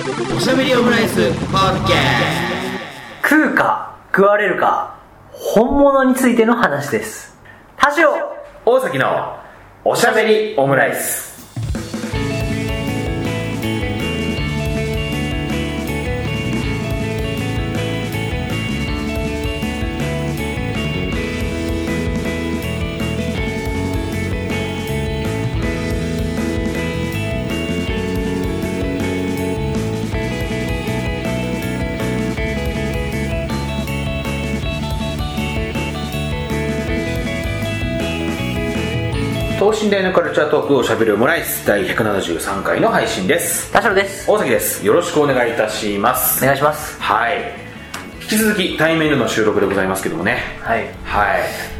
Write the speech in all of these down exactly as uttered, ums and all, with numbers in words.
おしゃべりオムライスポッドキャスト。 食うか食われるか、本物についての話です。田代大崎のおしゃべりオムライス。等身大のカルチャートークおしゃべりオムライス第ひゃくななじゅうさんかいの配信です。 田代です。 大崎です。よろしくお願いいたします。 お願いします。 はい、引き続き対面での収録でございますけどもね。 はいはい、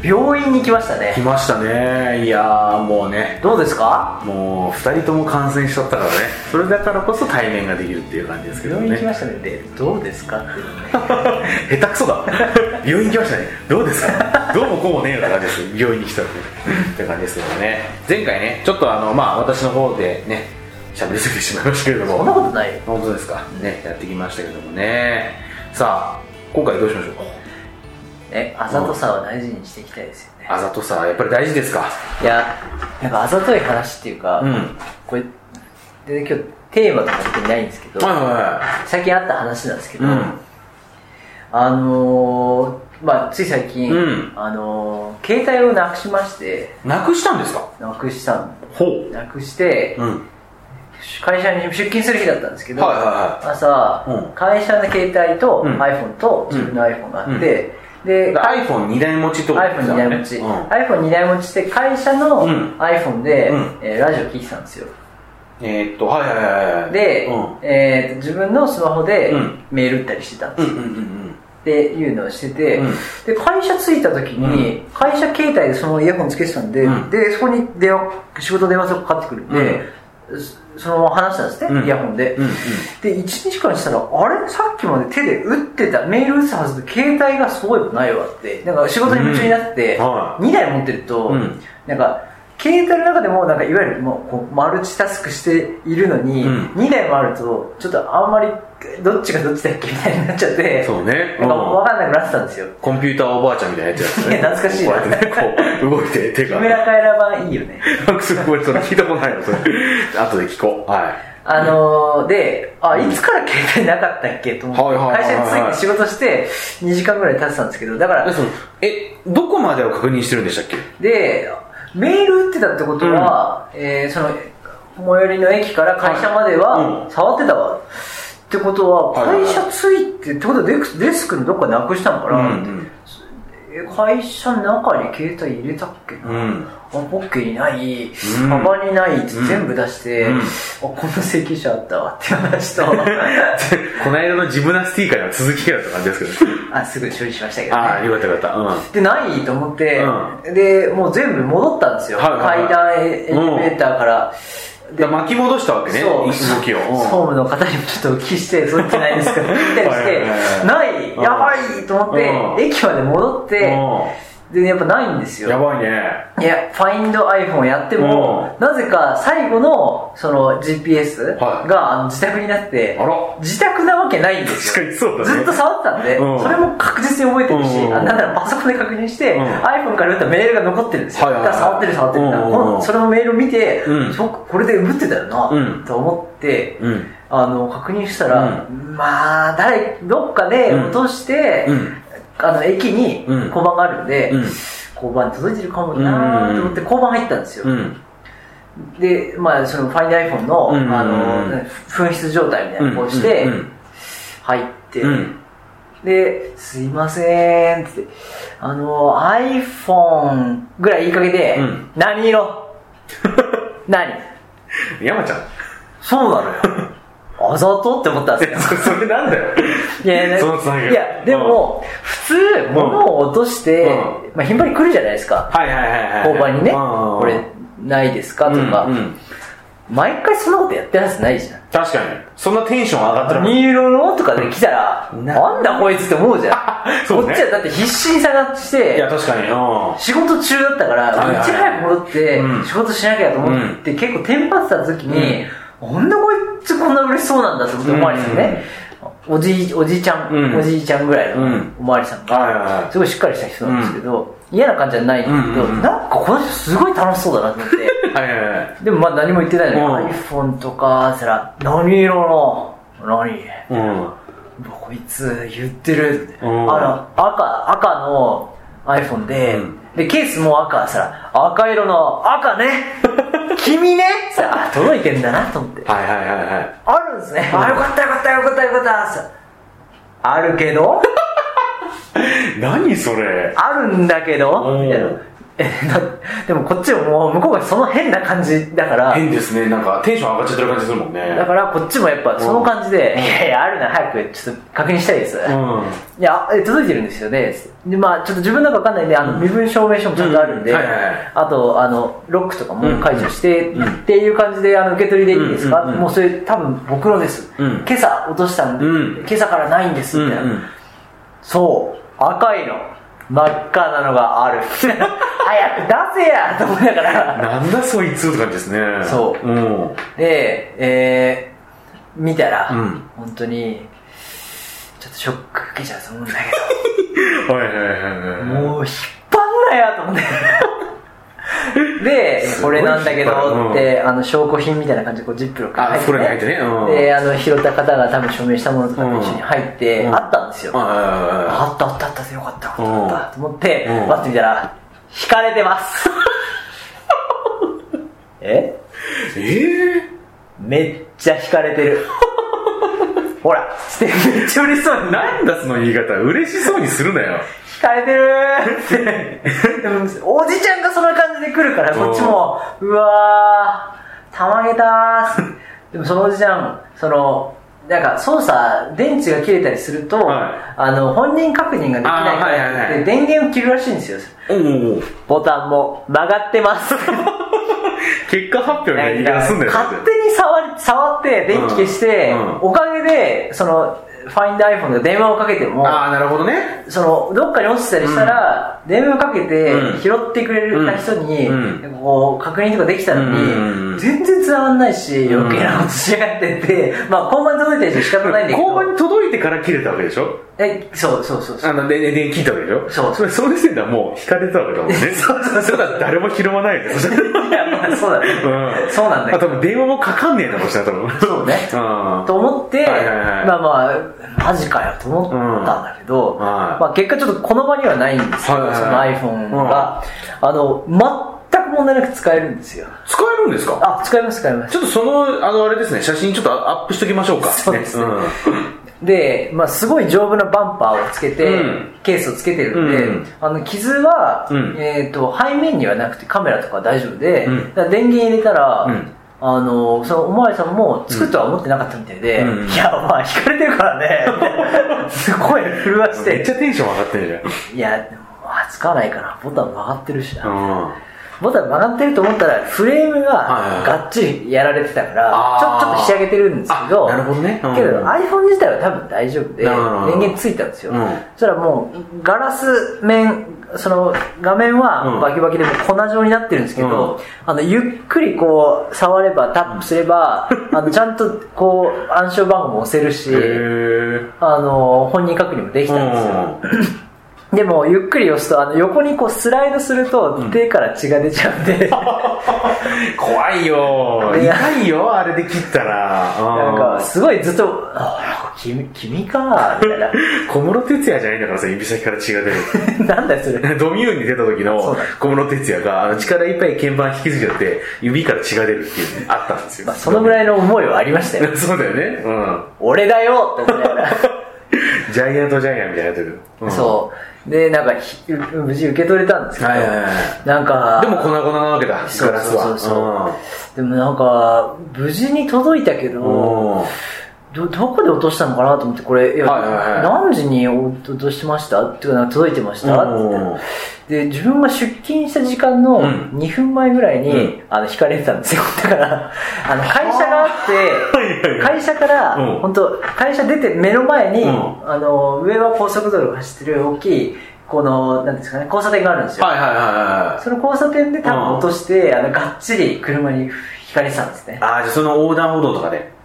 病院に来ましたね。 来ましたね。いやーもうね、 どうですか？ もうふたりとも感染しちゃったからね、それだからこそ対面ができるっていう感じですけどね。 病院に来ましたねで、どうですかっていうのね下手くそだ病院来ましたね、どうですかどうもこうもねえような感じです病院に来たらねって感じですけどね。前回ねちょっとあのまあ私の方でね喋りすぎてしまいましたけれども。 そんなことないよ。 本当ですかね、やってきましたけどもね。さあ今回どうしましょうか。 え、あざとさは大事にしていきたいですよね。 あざとさやっぱり大事ですか。 いや、なんかあざとい話っていうか、 うん、 これで今日テーマとか特にないんですけど、 はいはいはい、 最近あった話なんですけど、 うん、 あのー、まあつい最近、 うん、 あのー、携帯をなくしまして。 なくしたんですか。 なくしたんほう。 なくして、うん、会社に出勤する日だったんですけど、 はいはいはい、 朝、うん、会社の携帯と iPhone と自分の iPhone があって、うん、でアイフォンに 台持ちとか、 ね、アイフォンに 台持ち、うん、アイフォンに 台持ちで会社の iPhone で、うんえー、ラジオ聞いてたんですよ。 えー、っとはいはいはいはい。 で、 うんえー、っと自分のスマホでメール打ったりしてたんですよ、うんうんうんうん、っていうのをしてて、うん、で会社着いた時に、うん、会社携帯でそのイヤホンつけてたんで、うん、でそこに電話仕事電話とかかかってくるんで、うんそのまま話したんですね、うん、イヤホンで、うんうん、でいちにちかんしたらあれさっきまで手で打ってたメール打ってたはずで携帯がそういえばないわってなんか仕事に夢中になって、うんはい、にだい持ってると、うん、なんか携帯の中でもなんかいわゆるもうこうマルチタスクしているのに、うん、にだいもあるとちょっとあんまりどっちがどっちだっけみたいになっちゃって、 そうね、 なんか分かんなくなってたんですよ。 コンピューターおばあちゃんみたいなやつやつね。 いや懐かしいな。 こうやってね、こう動いて手が。 キメラカエラ版いいよね。 なんかすごいそれ聞いたことないのそれ。後で聞こう。はい。 あのー、で、あいつから携帯なかったっけと思って、はいはいはいはい、会社に着いて仕事してにじかんぐらい経ってたんですけど、だからえどこまでを確認してるんでしたっけ。 でメール打ってたってことは、うんえー、その最寄りの駅から会社までは触ってたわ、はいうんってことは会社着いてってことはデスクのどっかなくしたのかな、うんうん、会社の中に携帯入れたっけな、うん、あポッケにない、うん、カバンにないって全部出して、うん、あこんな請求書あったわって話とこの間のジムナスティー会の続きやった感じですけどあすぐ処理しましたけどね。 あよかったよかった、うん、 でないと思って、うん、でもう全部戻ったんですよ、はいはいはい、階段エレベーターから、うん、 で巻き戻したわけね、動きを。 総務の方にもちょっとお聞きして、そうじゃないですか、聞いたりして、ない、やばいと思って、駅まで戻って、で、やっぱないんですよ。 やばいね。 いや、Find iPhone やっても、なぜか最後の、その ジーピーエス が、あの自宅になって、自宅なわけないんですよ。 確かにそうだね。 ずっと触ってたんで、それも確実に覚えてるし、なんならパソコンで確認して、iPhone から打ったメールが残ってるんですよ。だから触ってる触ってる。それのメールを見て、これで打ってたよな、と思って、あの、確認したら、まあ、誰、どっかで落として、あの駅に交番があるんで、うん、交番に届いてるかもなと思って交番入ったんですよ、うん、で、まあ、その Find iPhone の、うん、あの紛失状態みたいなのをして、うん、入って、うん、ですいませんってあの iPhone ぐらい言いかけて、うん、何色何山ちゃんそうなのよあざとって思ったんですよ。 それなんだよ。 いや、そのつながり。いや、でも、普通、物を落として、うん、まあ、頻繁に来るじゃないですか。 はいはいはいはい。 交番にね、これ、ないですかとか、うんうん。毎回そんなことやってるはずないじゃん。 確かに。そんなテンション上がったら。 何色のとかで来たら、なんだこいつって思うじゃん。そうね、こっちはだって必死に探して、 いや、確かに。 仕事中だったから、いち早く戻って、仕事しなきゃと思って、結構テンパってた時に、うん、こんなこいつ、 つこんな嬉しそうなんだと思っておまわりさんね、うん、おじいおじいちゃん、うん、おじいちゃんぐらいのおまわりさんがすごいしっかりした人なんですけど、うん、嫌な感じじゃないんだけど、うんうん、なんかこの人すごい楽しそうだなと思ってはいはい、はい、でもまあ何も言ってないのに、うん、iPhone とかしたら何色の何、うんこいつ言ってる、うん、あの赤赤の iPhone で、うん、でケースも赤さ赤色の赤ね君ねさあ届いてんだなと思ってはいはいはいはいあるんですね、うん、あよかったよかったよかったよかったさあるけど何それあるんだけどみたいなでもこっちももう向こうがその変な感じだから変ですねなんかテンション上がっちゃってる感じするもんねだからこっちもやっぱその感じで、うん、いやいやあるな早くちょっと確認したいです、うん、いや届いてるんですよねでまあちょっと自分なんか分かんないんであの身分証明書もちゃんとあるんで、うんはいはいはい、あとあのロックとかも解除して、うん、っていう感じであの受け取りでいいですか、うんうんうん、もうそれ多分僕のです、うん、今朝落としたんで、うん、今朝からないんですみたいな、うんうん、そう赤いの真っ赤なのがある早く出せやと思いながらなんだそいつって感じですねそう、うん、で、えー、見たら、うん、本当にちょっとショック受けちゃうと思うんだけどはいはいはいはいもう引っ張んなやと思ってでこれなんだけどって、うん、あの証拠品みたいな感じでこうジップロックに入って、ね、入ってね、うん、であの拾った方が多分署名したものとかと一緒に入って、うん、あったんですよ、うん、あったあったあったよかったよかったと思って、うん、待ってみたら引かれてますええー、 めっちゃ引かれてるほらめっちゃ嬉しそうになんだその言い方嬉しそうにするなよ引かれてるーでもおじちゃんがそんな感じで来るからこっちもうわーたまげたーでもそのおじちゃんそのなんか操作電池が切れたりすると、はい、あの本人確認ができないからって、はいはいはい、電源を切るらしいんですよボタンも曲がってます結果発表みたいな言い方すんだよ勝手に触り触って電気消して、うんうん、おかげでそのファインダー iPhone で電話をかけてもあなるほどねそのどっかに落ちたりしたら、うん、電話をかけて拾ってくれた人に、うん、こう確認とかできたのに、うん、全然繋がんないし余計なことしやがってて、うん、まあ交番に届いてるし仕方ないんだけど交番に届いてから切れたわけでしょえそうそうそうそうあの電源切ったわけでしょそうそれその時点ではもう引かれてたわけだもんねそうそうそうだ誰も拾わないでいやまあそうだね、うん、そうなんだよ多分電話もかかんねえだろうしな多分そうね、うん、と思って、はいはいはい、まあまあマジかよと思ったんだけど、うんはいまあ、結果ちょっとこの場にはないんですけど、はいはいはい、その iPhone が、うん、あの全く問題なく使えるんですよ使えるんですかあ使えます使えますちょっとそのあのあれですね写真ちょっとアップしときましょうかそうですね、うんで、まあ、すごい丈夫なバンパーをつけて、うん、ケースをつけてるんで、うん、あの傷は、うんえー、と背面にはなくてカメラとかは大丈夫で、うん、だから電源入れたら、うん、あのそのおまわりさんもつくとは思ってなかったみたいで、うん、いやまあ引かれてるからねすごい震わしてめっちゃテンション上がってるじゃんいやでもまあつかないからボタン曲がってるしな、うんボタン曲がってると思ったらフレームががっちりやられてたから、はいはいはい、ちょ, ちょっと仕上げてるんですけどなるほどね、うん、 けど iPhone 自体は多分大丈夫で電源ついたんですよ、うん、そしたらもうガラス面その画面はバキバキでも粉状になってるんですけど、うん、あのゆっくりこう触ればタップすれば、うん、あのちゃんとこう暗証番号も押せるしあの本人確認もできたんですよ、うんでもゆっくり押すとあの横にこうスライドすると手から血が出ちゃうんで、うん、 怖いよ痛いよあれで切ったらなんかすごいずっとあ君, 君かみたいな小室哲哉じゃないんだからさ指先から血が出るなんだよそれドミューンに出た時の小室哲哉があの力いっぱい鍵盤引きずっちゃって指から血が出るっていう、ね、あったんですよ、 まあ、そのぐらいの思いはありましたよそうだよね、うん、 俺だよって思いながらジャイアントジャイアンみたいになってる、 うん、そうでなんか無事受け取れたんですけど、はいはいはい、なんかでも粉々なわけだガラスはそうそうそうそう、うん、でもなんか無事に届いたけど、ど, どこで落としたのかなと思ってこれいや、はいはいはい、何時に落としましたっていうか届いてましたってで自分が出勤した時間のにふんまえぐらいに、うん、あの引かれてたんですよだからあの会社があって会社から、うん、本当会社出て目の前に、うん、あの上は高速道路が走ってる大きいこのなんですかね交差点があるんですよ、はいはいはいはい、その交差点で多分落として、うん、あのがっちり車に引かれてたんですねああじゃあその横断歩道とかで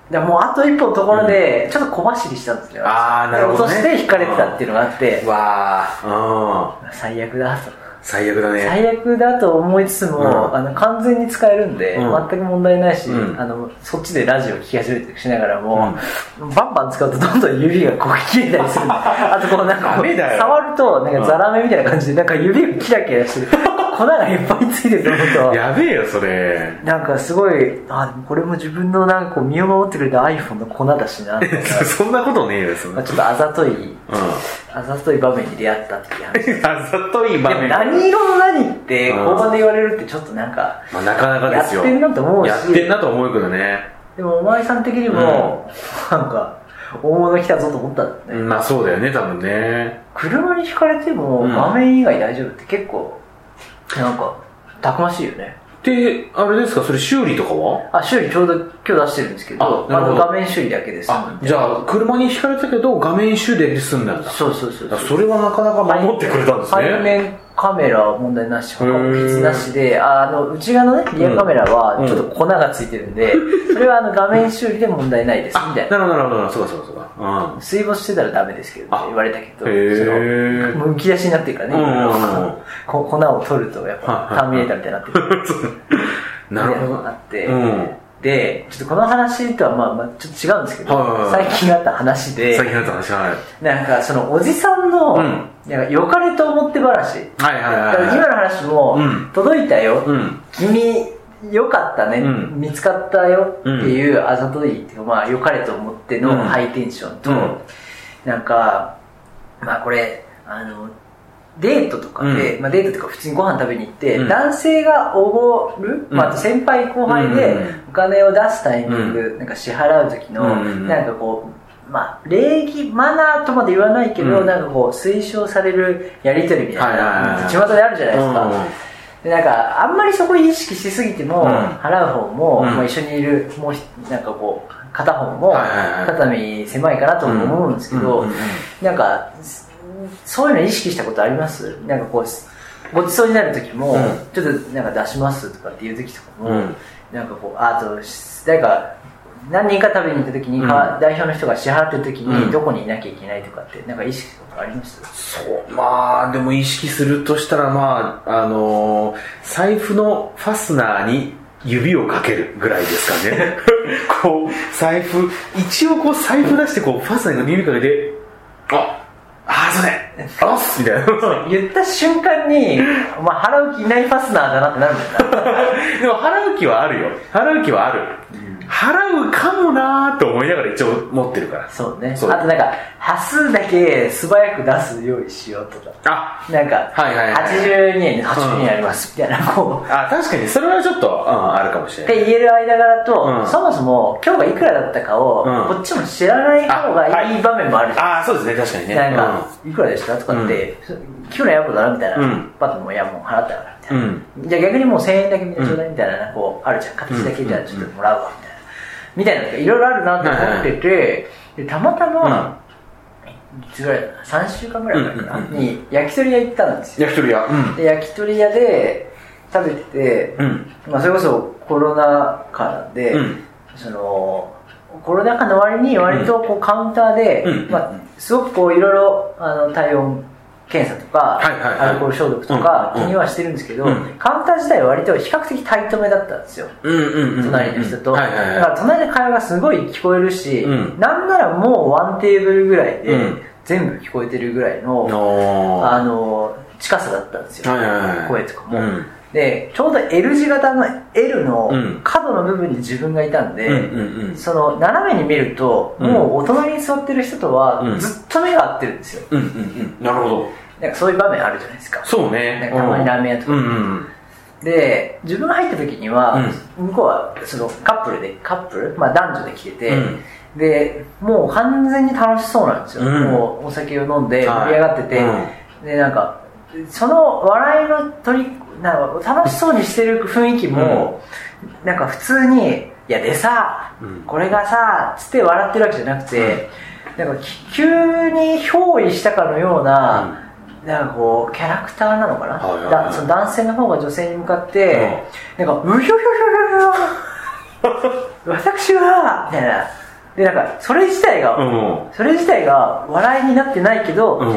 でもうあと一歩のところでちょっと小走りしたんですよ、うん、 ああなるほど、ね、 落として引かれてたっていうのがあって、 うん、わあ、うん、 最悪だと最悪だね最悪だと思いつつも、うん、あの完全に使えるんで、うん、全く問題ないし、うん、あのそっちでラジオ聴き始めてしながらも、うん、バンバン使うとどんどん指がこう切れたりするんであとこうなんかこう触るとなんかザラメみたいな感じでなんか指がキラキラしてる粉がいっぱいついてると思うとやべえよそれなんかすごいあでもこれも自分のなんかこう身を守ってくれた iPhone の粉だしなそんなことねえよそんなちょっとあざとい、うん、あざとい場面に出会ったっていう話あざとい場面でも何色の何って交番で言われるってちょっとなんか、 まあ、なかなかですよやってんなと思うしやってんなと思うけどねでもお前さん的にも、うん、なんか大物来たぞと思ったんだね、 まあそうだよね多分ね車にひかれても画面以外大丈夫って結構なんかたくましいよねであれですかそれ修理とかはあ修理ちょうど今日出してるんですけど あ, あの画面修理だけですあじゃあ車にひかれたけど画面修理で済んだんだそうそうそうそうそれはなかなか守ってくれたんですね背面カメラは問題なし他も傷なしであの内側のねリアカメラはちょっと粉がついてるんで、うん、それはあの画面修理で問題ないですみたいななるほどなるほどそうかそうかそうか、うん、 水没してたらダメですけどって言われたけどそへのむき出しになってるからね、うんうんうん、粉を取るとやっぱターミネーターみたいになってるなるほどあって、うんで、ちょっとこの話とはまあまあちょっと違うんですけど、はいはいはい、最近あった話で、 最近あった話はなんかそのおじさんの、うん、なんか良かれと思って話、 はいはいはいはい、 今の話も、うん、届いたよ、うん、君良かったね、うん、見つかったよっていうあざといっていうか、まあ良かれと思ってのハイテンションと、うん、なんかまあこれあのデートとかで、うんまあ、デートとか普通にご飯食べに行って、うん、男性がおごる、うんまあ、あと先輩後輩でお金を出すタイミング、うん、なんか支払う時の、うん、なんかこう、まあ、礼儀マナーとまで言わないけど、うん、なんかこう推奨されるやり取りみたいな巷であるじゃないですか、うん、でなんかあんまりそこ意識しすぎても、うん、払う方も、うんまあ、一緒にいるもうなんかこう片方も肩身狭いかなと思うんですけど、うん、なんかそういうの意識したことあります？なんかこうごちそうになる時も、うん、ちょっとなんか出しますとかっていう時とかも、うん、なんかこうあと誰か何人か食べに行った時に、うん、代表の人が支払ってる時に、うん、どこにいなきゃいけないとかってなんか意識したことあります？ そうまあでも意識するとしたらまああのー、財布のファスナーに指をかけるぐらいですかねこう財布一応こう財布出してこうファスナーに指かけてあああ、そうね。あっすみたいな。 言った瞬間に、お前払う気いないファスナーだなってなるんだよでも払う気はあるよ。払う気はある。うん、払うかもなーと思いながら一応持ってるから。 そうね。そうあとなんか、端数だけ素早く出すようにしようとか。 あなんか、はいはいはい、はちじゅうにえんではちじゅうにえんあります、みたいな、こう。 あ、確かにそれはちょっと、うん、あるかもしれない。 って言える間柄と、うん、そもそも今日がいくらだったかを、うん、こっちも知らない方がいい場面もあるじゃん。 あ、はい、あ、そうですね、確かにね。 なんか、うん、いくらでしたとかって、うん、今日のエアポートだなみたいな、うん、パッともいやもう払ったからみたいな、うん、じゃあ逆にもうせんえんだけみんなちょうだいみたいな、こうあるじゃん、形だけじゃあちょっともらうわみたいな、みたいなのがいろいろあるなと思ってて、でたまたま、うん、いつぐらいだな、さんしゅうかんぐらい前かな、うんうんうん、に焼き鳥屋行ったんですよ。 焼き鳥屋、うん、 で焼き鳥屋で食べてて、うんまあ、それこそコロナ禍なんで、うん、そのコロナ禍の割に割とこうカウンターで、うんまあ、すごくこういろいろあの体温検査とか、はいはいはい、アルコール消毒とか気にはしてるんですけど、うん、カウンター自体は割と比較的タイトめだったんですよ、うんうんうん、隣の人と、はいはいはい、だから隣で会話がすごい聞こえるし、うん、なんならもうワンテーブルぐらいで全部聞こえてるぐらいの、うん、あの近さだったんですよ、はいはいはい、声とかも、うんでちょうど L 字型の L の角の部分に自分がいたんで、うんうんうん、その斜めに見ると、うん、もうお隣に座ってる人とはずっと目が合ってるんですよ、うんうんうん、 なるほど。 なんかそういう場面あるじゃないですか。 そうね。 なんかたまにラーメン屋とか、うんうん、で自分が入った時には、うん、向こうはそのカップルでカップル、まあ、男女で来てて、うん、でもう完全に楽しそうなんですよ、うん、もうお酒を飲んで盛り上がってて、はい、でなんかその笑いの取りなんか楽しそうにしてる雰囲気も、うん、なんか普通にいやでさ、うん、これがさつって笑ってるわけじゃなくて、うん、なんか急に憑依したかのような、うん、なんかこうキャラクターなのかな、はいはいはい、だその男性の方が女性に向かって、うん、なんかうひょひょひょひょひょ私はみたいなでなんかそれ自体が、うん、それ自体が笑いになってないけど、うん、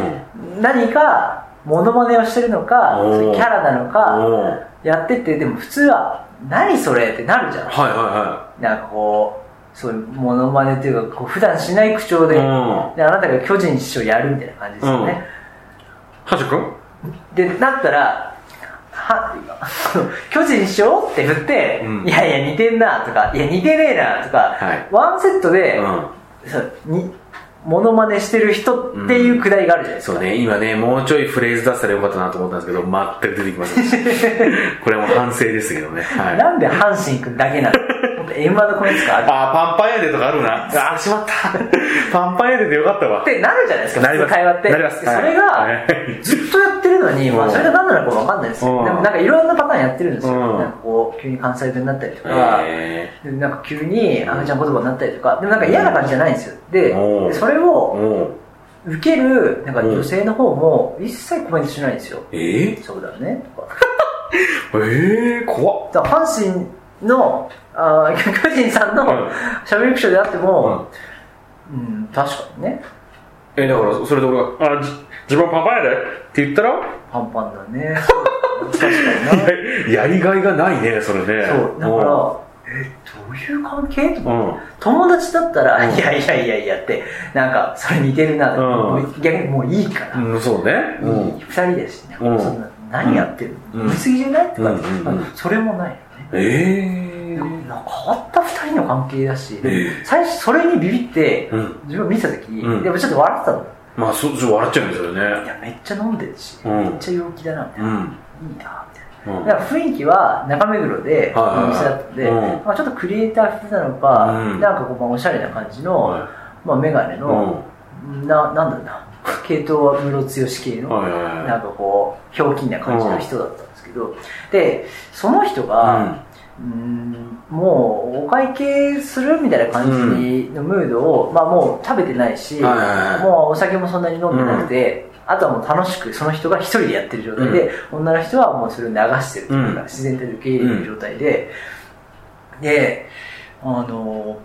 何かモノマネをしてるのかキャラなのかやっててでも普通は何それってなるじゃん、 はいはいはい、 なんかこうそういうモノマネっていうかこう普段しない口調 で,、うん、であなたが巨人師匠やるみたいな感じですよね、 はじくんでなったらは巨人師匠って振って、うん、いやいや似てんなとかいや似てねえなとか、はい、ワンセットで、うん、そうにモノマネしてる人っていうくだりがあるじゃないですか、 うん、そうね今ねもうちょいフレーズ出したらよかったなと思ったんですけど全く出てきませんでしたこれはもう反省ですけどね、はい、 なんで阪神くんだけなのエムワンのコメントかあるあパンパンやでとかあるなあしまったパンパンやででよかったわってなるじゃないですかなります会話ってなります、はい、それがずっとやってるのに、まあ、それが何なのか分かんないですよでもなんかいろんなパターンやってるんですよなんかこう急に関西弁になったりとかなんか急に赤ちゃん言葉になったりとかでもなんか嫌な感じじゃないんですよでそれを受けるなんか女性の方も一切コメントしないんですよえー、 そうだねとかえー怖っだから阪神のあ巨人さんの喋り口調であっても、うん、うん、確かにねえだからそれで俺があ自分パンパンやでって言ったらパンパンだね確かになやりがいがないねそれねそうだからえどういう関係とか、うん、友達だったら、うん、いやいやいやいやってなんかそれ似てるな、うん、逆にもういいから、 うん、そうね、うん、 ふたりですしね、うん、そんな何やってるの、うん、見過ぎじゃないとか、うんうん、それもないよねえー変わったふたりの関係だし、えー、最初それにビビって、うん、自分見た時、うん、でもちょっと笑ってたのまあそちょっと笑っちゃうんですよねいやめっちゃ飲んでるし、うん、めっちゃ陽気だなみたいな、うん、いいなみたいな、うん、だから雰囲気は中目黒でお店だったので、はいはいはいまあ、ちょっとクリエイターしてたのか、うん、なんかこう、まあ、おしゃれな感じの、はいまあ、メガネの、うん、な, なんだろうな系統はムロツヨシ系の、はいはいはい、なんかこうひょうきんな感じの人だったんですけど、でその人が、うんうんもうお会計するみたいな感じのムードを、うんまあ、もう食べてないし、はいはいはい、もうお酒もそんなに飲んでなくて、うん、あとはもう楽しくその人が一人でやってる状態で、うん、女の人はもうそれを流してるというか、うん、自然と受け入れる状態で、うん、であの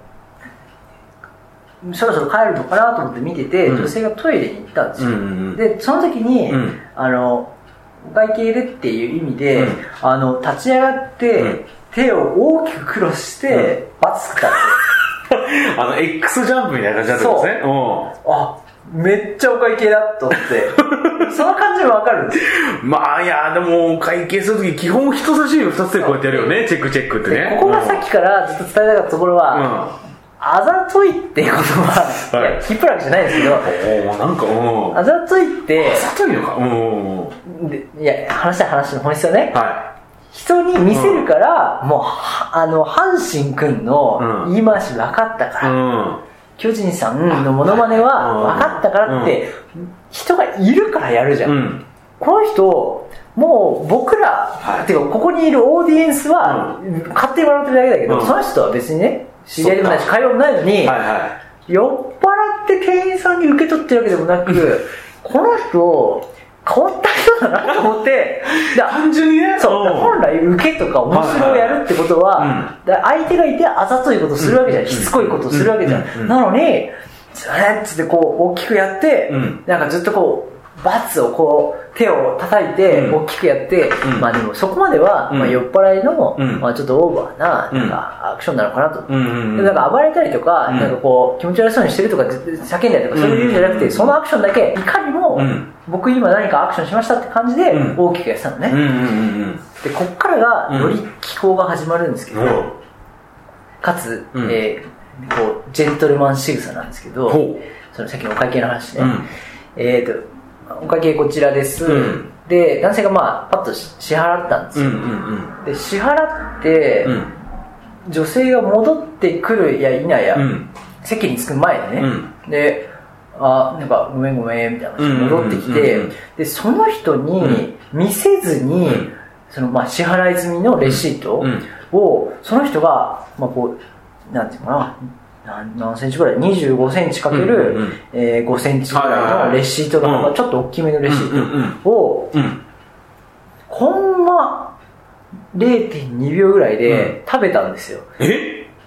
そろそろ帰るのかなと思って見てて、うん、女性がトイレに行ったんですよ、うんうんうん、でその時に、うん、あのお会計でっていう意味で、うん、あの立ち上がって、うん手を大きくクロスして、うん、バツ作ったんですよあの X ジャンプみたいな感じだったんですねそうあめっちゃお会計だと思ってその感じも分かるんですよまあいやでもお会計するとき基本人差し指ふたつでこうやってやるよねチェックチェックってねここがさっきからずっと伝えたかったところは、うんあざといっていうことは、はい、いや引っ張るわけじゃないですけどおなんかうんあざといってあざといのかうんでいや話した話の本質はね、 はい人に見せるから、うん、もうあの阪神くんの言い回し分かったから、うん、巨人さんのモノマネは分かったからって、うん、人がいるからやるじゃん、うん、この人もう僕ら、はい、てかここにいるオーディエンスは、うん、勝手に笑ってるだけだけど、うん、その人は別にね知り合いでもないし会話もないのに、はいはい、酔っ払って店員さんに受け取ってるわけでもなくこの人変わった人だなと思って単純にねそう本来受けとか面白いをやるってことは、はいはい、だ相手がいてあざといことをするわけじゃん、うん、しつこいことをするわけじゃん、うん、なのにつってこう大きくやって、うん、なんかずっとこうバツをこう手を叩いて大きくやって、うん、まあでもそこまでは、うんまあ、酔っ払いの、うんまあ、ちょっとオーバーな、なんかアクションなのかなと、うん、でなんか暴れたりとか、うん、なんかこう気持ち悪そうにしてるとか叫んだりとかそういう意味じゃなくて、そのアクションだけいかにも、うん、僕今何かアクションしましたって感じで大きくやってたのね、うんうんうんうん、でこっからがより気候が始まるんですけど、うん、かつ、うんえー、こうジェントルマン仕草なんですけど、うん、そのさっきのお会計の話ね、うん、えーとお会計こちらです、うん、で男性がまあパッと支払ったんですよ、うんうんうん、で支払って、うん、女性が戻ってくるや否や、うん、席に着く前でね、うん、であなんかごめんごめんみたいな話戻ってきて、うんうんうんうん、でその人に見せずに、うん、そのまあ支払い済みのレシートをその人がまあこうなんていうかな何, 何センチぐらいにじゅうごセンチかける、うんうんえー、ごセンチぐらいのレシートの、はい、ちょっと大きめのレシートを、うんうんうん、コンマ れいてんにびょうぐらいで食べたんですよ、 うん、え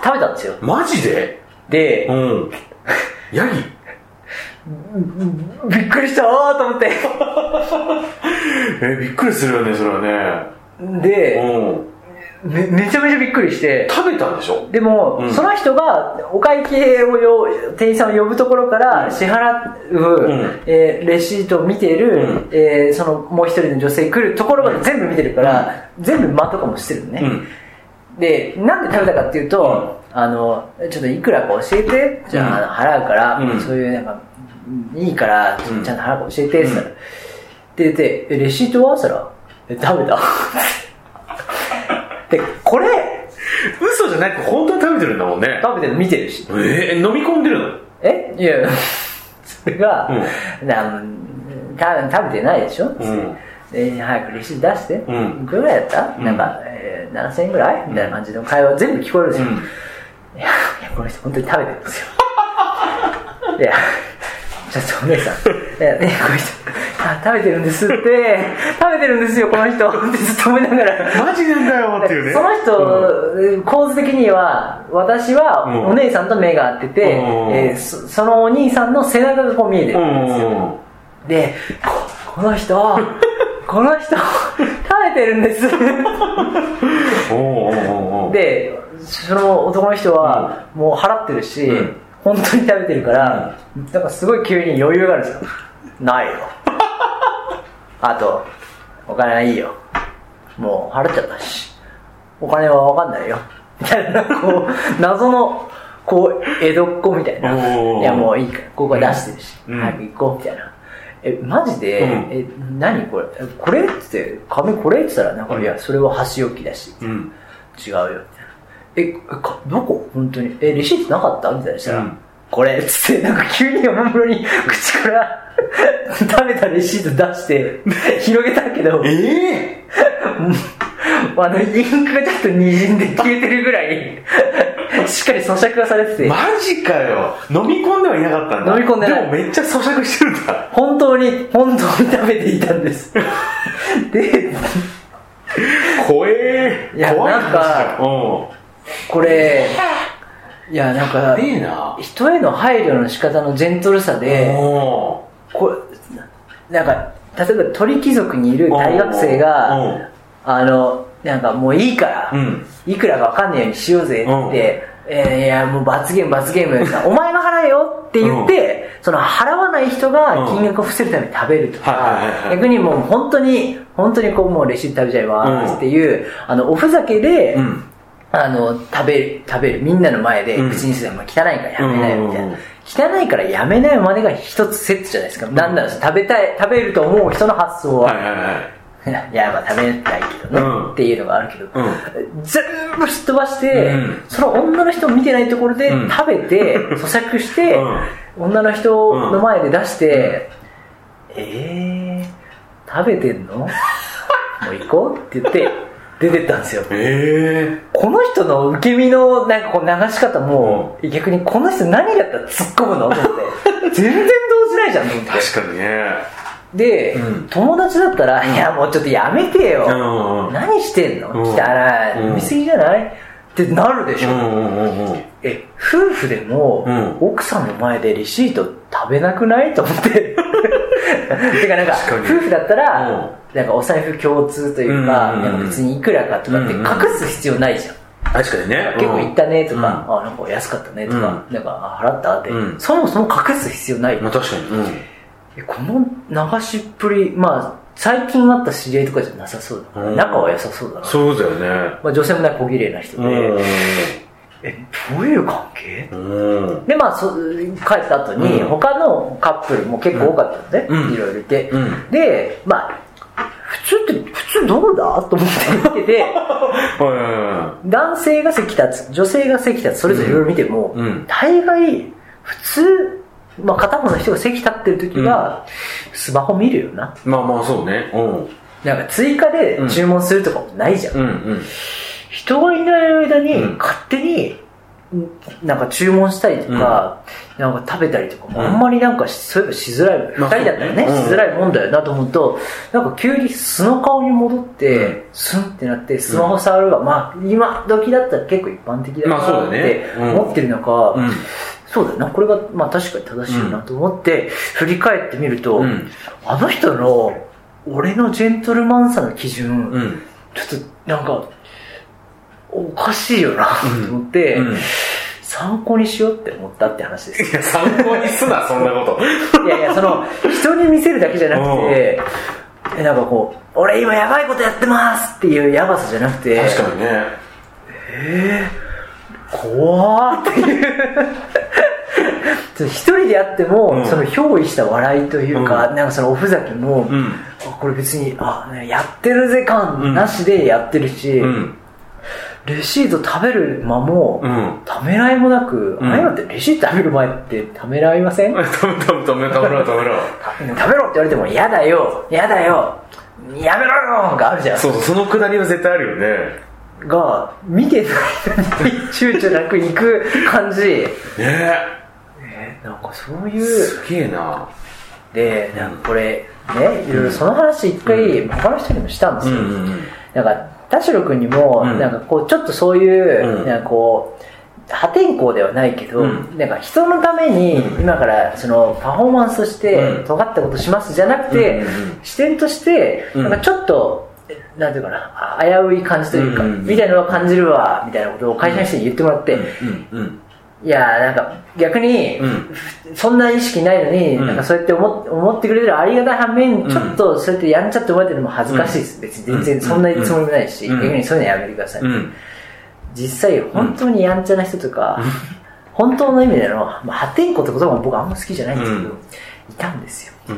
食べたんですよ。 マジで？ で、うん。 ヤギびっくりしたーと思ってえ、びっくりするよね、それはね。で、うん、め, めちゃめちゃびっくりして。 食べたんでしょ？ でも、うん、その人がお会計をよ店員さんを呼ぶところから支払う、うん、えー、レシートを見てる、うん、えー、そのもう一人の女性来るところまで全部見てるから、うん、全部間とかもしてるのね、うん、で、なんで食べたかっていうと、うん、あのちょっといくらか教えて、じゃあ払うから、うん、そういうなんかいいからちゃんと払うか教えてって言ったら、うん、って言ってえレシートは？そしたらえ食べたでこれ嘘じゃなく本当に食べてるんだもんね。 食べてるの見てるし。 えー、飲み込んでるの？ えいやそれが、うん、な食べてないでしょ、うん、で早くレシート出して、うん、いくらぐらいだった、うん、なんか、えー、ななせんえんぐらいみたいな感じの会話全部聞こえるんですよ、うん、いやいやこの人本当に食べてるんですよいやちょっとお姉さんいや、ね、この人食べてるんですって食べてるんですよこの人ってずっと思いながらマジなんだよっていうね。 その人、うん、構図的には私はお姉さんと目が合ってて、うんえー、そ, そのお兄さんの背中がこう見えてるんですよ、うん、で こ, この人この人食べてるんですでその男の人はもう払ってるし、うん、本当に食べてるから、うん、だからすごい急に余裕があるんですよ。ないよあとお金はいいよもう払っちゃったしお金は分かんないよみたいなこう謎のこう江戸っ子みたいないやもういいからここは出してるし、うん、早く行こうみたいなえマジで、うん、え何これこれって言って紙これって言ったらなんか、うん、いやそれは箸置きだし、うん、違うよみたいなえかどこ本当にえレシートなかったみたいなしたら、うん、これっつってなんか急におもむろに口から食べたレシート出して広げたけどえー、あのインクがちょっとにじんで消えてるぐらいしっかり咀嚼がされててマジかよ飲み込んではいなかったんだ。 飲み込んでない。 でもめっちゃ咀嚼してるんだ。 本当に本当に食べていたんですで怖えーいや怖いなんかこれいやなんか人への配慮の仕方のジェントルさでこれなんか例えば鳥貴族にいる大学生があのなんかもういいから、うん、いくらか分かんないようにしようぜって、えー、いやもう罰ゲーム罰ゲームお前が払えよって言って、うん、その払わない人が金額を伏せるために食べるとか、うん、逆にもう本当に本当にこうもうレシート食べちゃいますっていう、うん、あのおふざけで、うんあの食べる食べるみんなの前で口にするの、うん、汚いからやめないみたいな、うんうんうん、汚いからやめないまでが一つセットじゃないですか、うん、なんだろう食べたい食べると思う人の発想は、はいはいはい、いやまあ食べないけどね、うん、っていうのがあるけど、うん、全部すっ飛ばして、うん、その女の人を見てないところで食べて、うん、咀嚼して、うん、女の人の前で出して、うん、えー食べてんのもう行こうって言って出てったんですよ、 えー、 この人の受け身のなんかこう流し方も、うん、逆にこの人何やったら突っ込むのと思って全然動じないじゃんと思って確かにねで、うん、友達だったらいやもうちょっとやめてよ、うんうん、何してんの、うん、汚い飲みすぎじゃない、うん、ってなるでしょ、うんうんうん、え夫婦でも、うん、奥さんの前でレシート食べなくないと思っててかなんか夫婦だったら、うん、なんかお財布共通というか、うんうんうん、なんか別にいくらかとかって隠す必要ないじゃん、 確かにね結構行ったねとか、うん、あなんか安かったねとか、うん、なんか払ったって、うん、そもそも隠す必要ない、 まあ、確かに、うんこの流しっぷり、まあ最近あった知り合いとかじゃなさそうだな、うん、仲は良さそうだな。 そうだよね、 まあ、女性もなんか小綺麗な人で、うん、えどういう関係、うん、でまあそ帰った後に、うん、他のカップルも結構多かったので、うん、いろいろいて、うん、でまあ普通って普通どうだと思って見てて男性が席立つ女性が席立つそれぞれいろいろ見ても、うん、大概普通まあ、片方の人が席立ってる時は、うん、スマホ見るよな。 まあまあそうね、うん、 なんか追加で注文するとかもないじゃん、 うんうんうん、 人がいない間に勝手になんか注文したりとか、うん、なんか食べたりとかも、うん、あんまりなんかそういえばしづらい、ふたりだったらね、うん、しづらいもんだよなと思うと、なんか急に素の顔に戻って、うん、スンってなってスマホ触るが、うん、まあ今時だったら結構一般的だなって思ってる中、うんうん、そうだよな、これがまあ確かに正しいなと思って、うん、振り返ってみると、うん、あの人の俺のジェントルマンさの基準、うん、ちょっとなんかおかしいよなと思って、うんうん、参考にしようって思ったって話です。 いや参考にすなそんなこといやいや、その人に見せるだけじゃなくて、えなんかこう俺今やばいことやってますっていうやばさじゃなくて、 確かにね、 えー、怖ーっていう一人であっても、うん、その憑依した笑いというか、うん、なんかそのおふざけも、うん、これ別にあやってるぜ感なしでやってるし、うん、レシート食べる間も、うん、ためらいもなく、うん、あれだってレシート食べる前ってためらいません？ 食べろ食べろ食べろ食べろ食べろって言われても嫌だよ嫌だよやめろよがあるじゃん。 そうそのくだりは絶対あるよね。 が見てないのに躊躇なく行く感じねえなんかそういうすげえな。 でなんかこれねいろいろその話一回他の人にもしたんですよ、うんうんうん、なんか田代君にもなんかこうちょっとそういう、うん、なんかこう破天荒ではないけど、うん、なんか人のために今からそのパフォーマンスとして尖ったことしますじゃなくて、うんうんうん、視点としてなんかちょっとなんていうかな危うい感じというか、うんうんうん、みたいなのを感じるわみたいなことを会社の人に言ってもらって、うんうんうん、いやなんか逆に、うん、そんな意識ないのに、うん、なんかそうやって思思ってくれるありがたい反面、うん、ちょっとそうやってやんちゃって思われてるのも恥ずかしいです、うん、別に全然そんなつもりもないし、うん、逆にそういうのやめてください、うん、実際本当にやんちゃな人とか、うん、本当の意味での、まあ、破天荒って言葉も僕あんま好きじゃないんですけど、うん、いたんですよ、うん、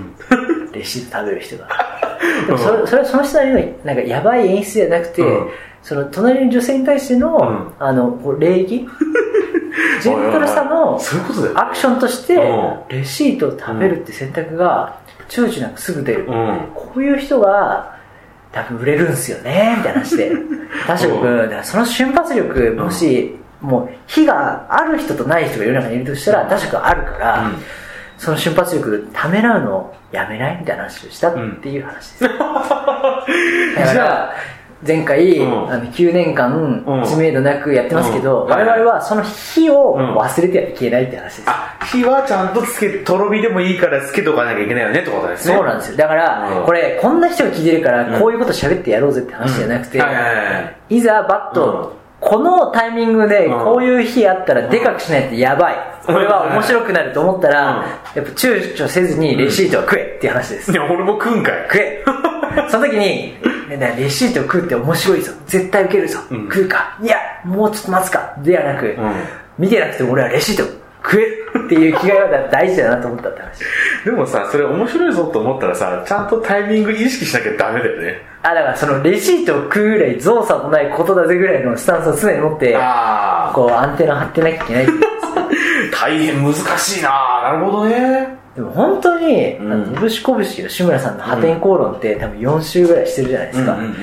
レシート食べる人がでもそれ、それはその人なりのなんかやばい演出じゃなくて、うん、その隣の女性に対しての、うん、あのこう礼儀ジェントルさのアクションとしてレシートを食べるって選択が躊躇なくすぐ出る、うん、こういう人が多分売れるんすよねみたいな話で田代君だからその瞬発力もし、うん、もう火がある人とない人が世の中にいるとしたら田代君あるから、うん、その瞬発力ためらうのをやめないみたいな話をしたっていう話です、うん、だから前回、うん、あのきゅうねんかん知名度なくやってますけど、うん、我々はその火を忘れてはいけないって話です、うん、 あ火はちゃんとつけとろ火でもいいからつけとかなきゃいけないよねってことですね。 そうなんですよ。だから、うん、これこんな人が聞いてるからこういうこと喋ってやろうぜって話じゃなくて、いざバッと、うんこのタイミングでこういう日あったらでかくしないとやばい、これは面白くなると思ったらやっぱ躊躇せずにレシートを食えっていう話です。 いや俺も食うんかい。 食えその時にレシートを食うって面白いぞ絶対受けるぞ、うん、食うかいやもうちょっと待つかではなく、うん、見てなくても俺はレシート食えるっていう気概は大事だなと思ったって話。 でもさそれ面白いぞと思ったらさちゃんとタイミング意識しなきゃダメだよね。 あだからそのレシートを食うぐらい造作もないことだぜぐらいのスタンスを常に持ってあこうアンテナ張ってなきゃいけないって大変難しいな。なるほどね。 でも本当に、うん、のぶしこぶしの志村さんの破天荒論って、うん、多分よん週ぐらいしてるじゃないですか、うんうんうんうん、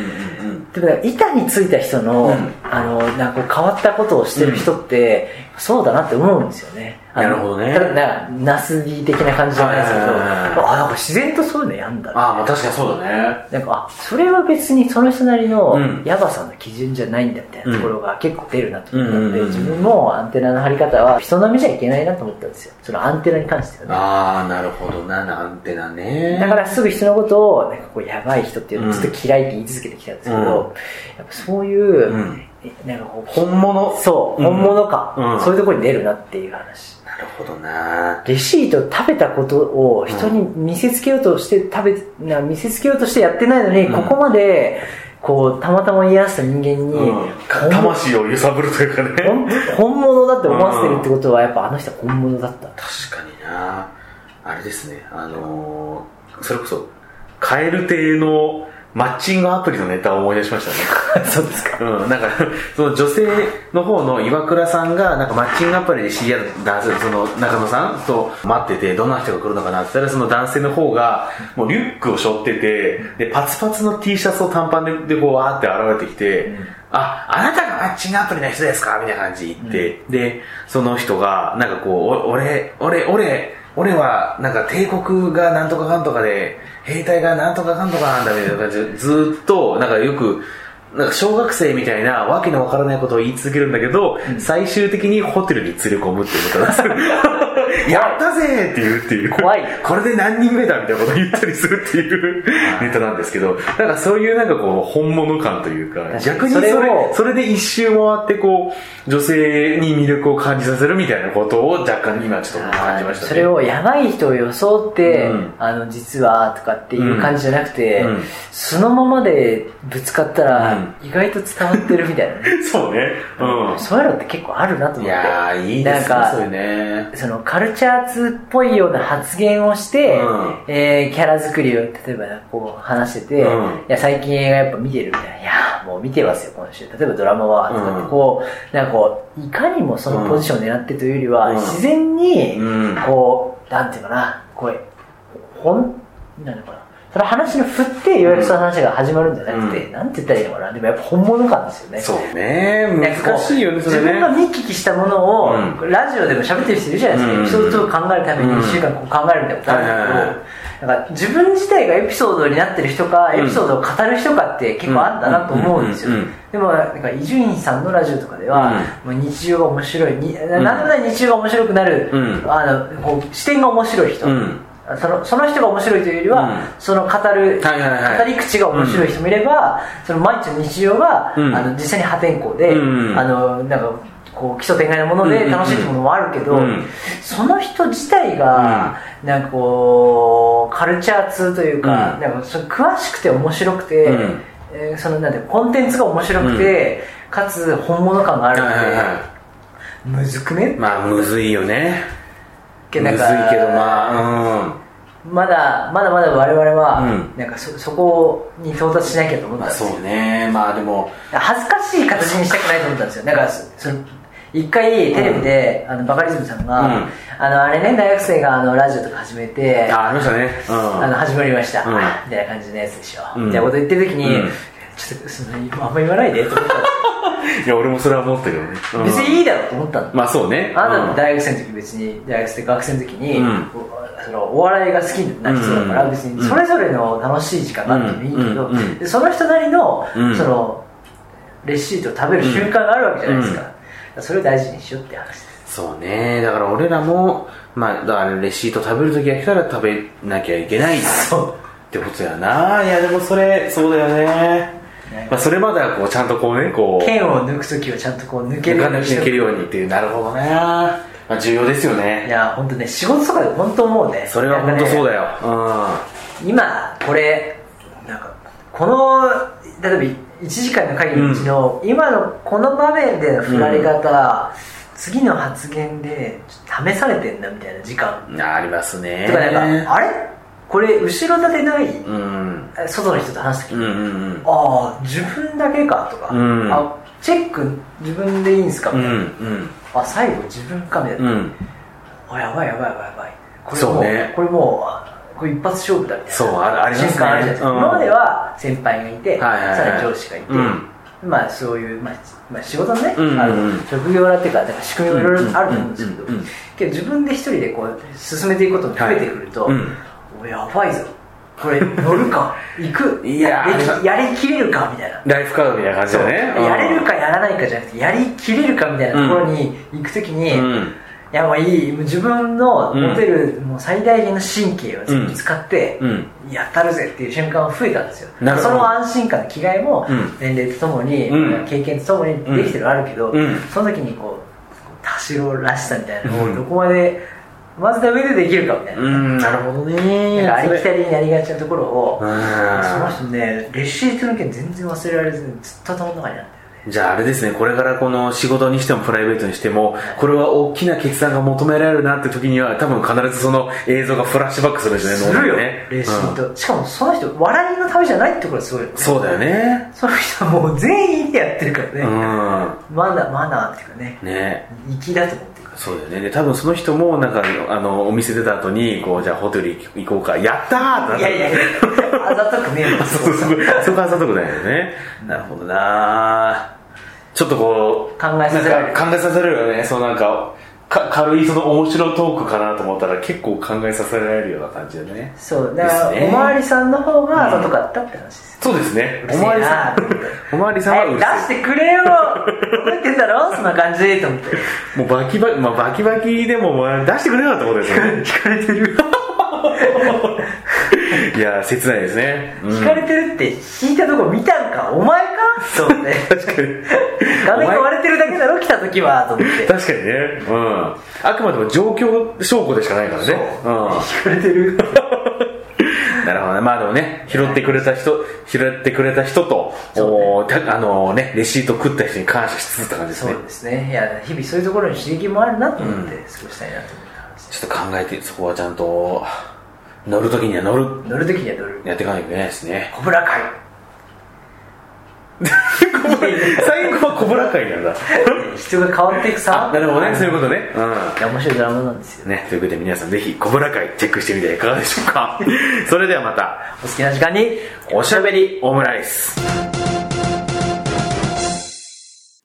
でも板についた人の、うん、あのなんか変わったことをしてる人って、うん、そうだなって思うんですよね。 なるほどね。 ただなんかナスビ的な感じじゃないですけど、あなんか自然とそういうのやんだ、ね、 あまあ確かにそうだね。 なんかあそれは別にその人なりのヤバさの基準じゃないんだみたいなところが結構出るなと思ったので、うん、自分もアンテナの張り方は人並みじゃいけないなと思ったんですよ。そのアンテナに関してはね。 ああなるほどなアンテナね。 だからすぐ人のことをなんかこうヤバい人っていうのをずっと嫌いって言い続けてきたんですけど、うん、やっぱそういう、うん、なんかこう本物そう、うん、本物か、うん、そういうところに出るなっていう話。 なるほどな。 レシートを食べたことを人に見せつけようとして食べな見せつけようとしてやってないのに、うん、ここまでこうたまたま言い合わせた人間に、うん、 魂を揺さぶるというかね本物だって思わせてるってことはやっぱあの人は本物だった。 確かにな。あれですねあのー、それこそ蛙亭のマッチングアプリのネタを思い出しましたねそうですか。 うん、なんかその女性の方の岩倉さんがなんかマッチングアプリで知り合ったその中野さんと待っててどんな人が来るのかなって言ったらその男性の方がもうリュックを背負っててでパツパツの T シャツを短パンででこうわーって現れてきて、 あ、あなたがマッチングアプリの人ですかみたいな感じで言って、うん、で、その人が、なんかこう、俺、俺、俺、俺は、なんか帝国がなんとかかんとかで、兵隊がなんとかかんとかなんだみたいな感じで、ずっと、なんかよく、なんか小学生みたいなわけのわからないことを言い続けるんだけど、うん、最終的にホテルに連れ込むっていうことなんですやったぜって言うっていう怖いこれで何人目だみたいなことを言ったりするっていうネタなんですけど、なんかそういうなんかこう本物感というか、逆にそれそれで一周回ってこう女性に魅力を感じさせるみたいなことを若干今ちょっと感じましたね。 それをやばい人を装って、うん、あの実はとかっていう感じじゃなくて、うんうん、そのままでぶつかったら、うん、意外と伝わってるみたいなねそうね、うん、 そういうのって結構あるなと思って。いやーいいですね、 なんかそういうね、 そのカルチャー通っぽいような発言をして、うんえー、キャラ作りを例えばこう話してて、うん、いや最近映画やっぱ見てるみたいな、いやもう見てますよ今週、例えばドラマはとかってこう、うん、なんかこういかにもそのポジションを狙ってというよりは、うん、自然にこう、うん、なんていうかな、こうほんなんだろうな、その話の振ってようやくその話が始まるんじゃなくて、うん、なんて言ったらいいのかな、でもやっぱ本物感ですよね。 そうね、難しいよねそれね。 自分が見聞きしたものを、うん、ラジオでも喋ってる人いるじゃないですか、うん、エピソードを考えるためにいっしゅうかんこう考えるみたいなことあるんだけど、うん、なんか自分自体がエピソードになってる人か、エピソードを語る人かって結構あるんだなと思うんですよ。でもなんか伊集院さんのラジオとかでは、うん、もう日常が面白い、になんでもない日常が面白くなる、うん、あのこう視点が面白い人、うんその、その人が面白いというよりは、うん、その語る、はいはいはい、語り口が面白い人もいれば、うん、その毎日の日常が、うん、あの実際に破天荒で、うん、あのなんかこう基礎天外なもので楽しいものもあるけど、うん、その人自体が、うん、なんかこうカルチャー通というか、うん、なんかその詳しくて面白くて、うんえー、そのなんてコンテンツが面白くて、うん、かつ本物感があるので、はいはいはい、むずくね。 まあむずいよね。むずいけどまあ、 うん、まだまだまだ我々は、うん、なんか そ, そこに到達しなきゃと思ったんですよ、 まあ、そうね。まあでも恥ずかしい形にしたくないと思ったんですよ。なんかその一回テレビで、うん、あのバカリズムさんが、うん、あのあれね、大学生があのラジオとか始めて、 あありましたね、うん、 あの始まりました、うん、みたいな感じのやつでしょ、うん、みたいなこと言ってる時に、うん、ちょっとそのあんま言わないでと思ったんですいや俺もそれは思ってるよね、 うん、別にいいだろうと思ったの。 まあそうね、 あなた大学生の時別に大学生学生の時に、うん、そのお笑いが好きな人だから別にそれぞれの楽しい時間があってもいいけど、うんうん、でその人なりの、うん、そのレシートを食べる瞬間があるわけじゃないですか、うん、それを大事にしようって話です。 そうね、だから俺らもまあだからレシート食べる時が来たら食べなきゃいけないってことやな。いやでもそれそうだよね。まあ、それまではこうちゃんとこうねこう剣を抜くときはちゃんとこう抜けるように抜けるようにっていう。なるほどね、まあ、重要ですよね。 いや本当ね、仕事とかで本当思うね。 それは本当そうだよ、 うん、今これなんかこの例えばいちじかんの会議のうちの、うん、今のこの場面での振られ方、うん、次の発言で試されてんだみたいな時間あ, ありますね。 とかなんかあれこれ後ろ盾ない、うん、外の人と話すときに、うんうんうん、ああ自分だけかとか、うん、あチェック自分でいいんすかみたいな、うんうん、あ最後自分かみたいな、うん、あやばいやばいやばいやばいこれもう、ね、これもうこれ一発勝負だみたいな、 そうありますね、 瞬間あるじゃないですか、うん、今までは先輩がいて、はいはいはい、さらに上司がいて、うんまあそういう、まあまあ、仕事のね、うんうん、あの職業だっていうか、なんか仕組みもいろいろあると思うんですけど、うんうんうん、けど自分で一人でこう進めていくことも増えてくると、はいうんやばいぞこれ乗るか行くいややりきれるかみたいなライフカードみたいな感じだね、 うん、やれるかやらないかじゃなくてやりきれるかみたいなところに行くときに、うん、いやもういい自分の持てる、うん、もう最大限の神経を全部使って、うん、やったるぜっていう瞬間が増えたんですよ。その安心感の気概も年齢とともに、うん、経験とともにできてるのあるけど、うん、その時にこう田代らしさみたいなのをどこまでまずダメでできるかみたいな。 うんなるほどね。 ありきたりになりがちなところをその人ねレシートの件全然忘れられずにずっと頭の中にあって。 じゃああれですね、これからこの仕事にしてもプライベートにしても、はい、これは大きな決断が求められるなって時には多分必ずその映像がフラッシュバックするんですね。 するよねレシート、うん、しかもその人笑いのためじゃないってことがすごいよね。 そうだよね。 その人はもう全員でやってるからね、うん、マナーマナーっていうかねね粋だと思ってるから、ね、 そうだよね。で多分その人もなんかあのお店出た後にこうじゃあホテル行こうかやったーってなった。 いやいやいやあざとくねえそこそこあざとくないよね。なるほどな。 ちょっとこう考えさせられる考えさせられるよね。そうなんかか軽いその面白トークかなと思ったら結構考えさせられるような感じでね。 そうだから、ね、おまわりさんの方があざとかったって話です、 うん、そうですね。 おまわりさんおまわりさんはうるせえ、 出してくれよ覚えてんだろそんな感じでと思ってもうバキバキ、まあ、バキバキでも出してくれよってことですよね聞かれてるいや切ないですね、 うん、聞かれてるって聞いたとこ見たんかお前かと思って確かに画面が割れてるだけだろ来た時はと思って確かにね、うん、あくまでも状況証拠でしかないからね、うん、 聞かれてるなるほどね。まあでもね、拾ってくれた人、拾ってくれた人と、おね、あのね、レシート食った人に感謝しつつって感じですね。 そうですね。いや、日々そういうところに刺激もあるなと思って過ごしたいなと思った話、 ちょっと考えて、そこはちゃんと乗るときには乗る。 乗るときには乗る。 やっていかないといけないですね。 コブラ会。 最後はコブラ会なんだ。 人が変わっていくさ。 なるほどね、そういうことね。うん。 いや面白いドラマなんですよね。ということで皆さんぜひコブラ会チェックしてみてはいかがでしょうか。それではまたお好きな時間におしゃべりオムライス。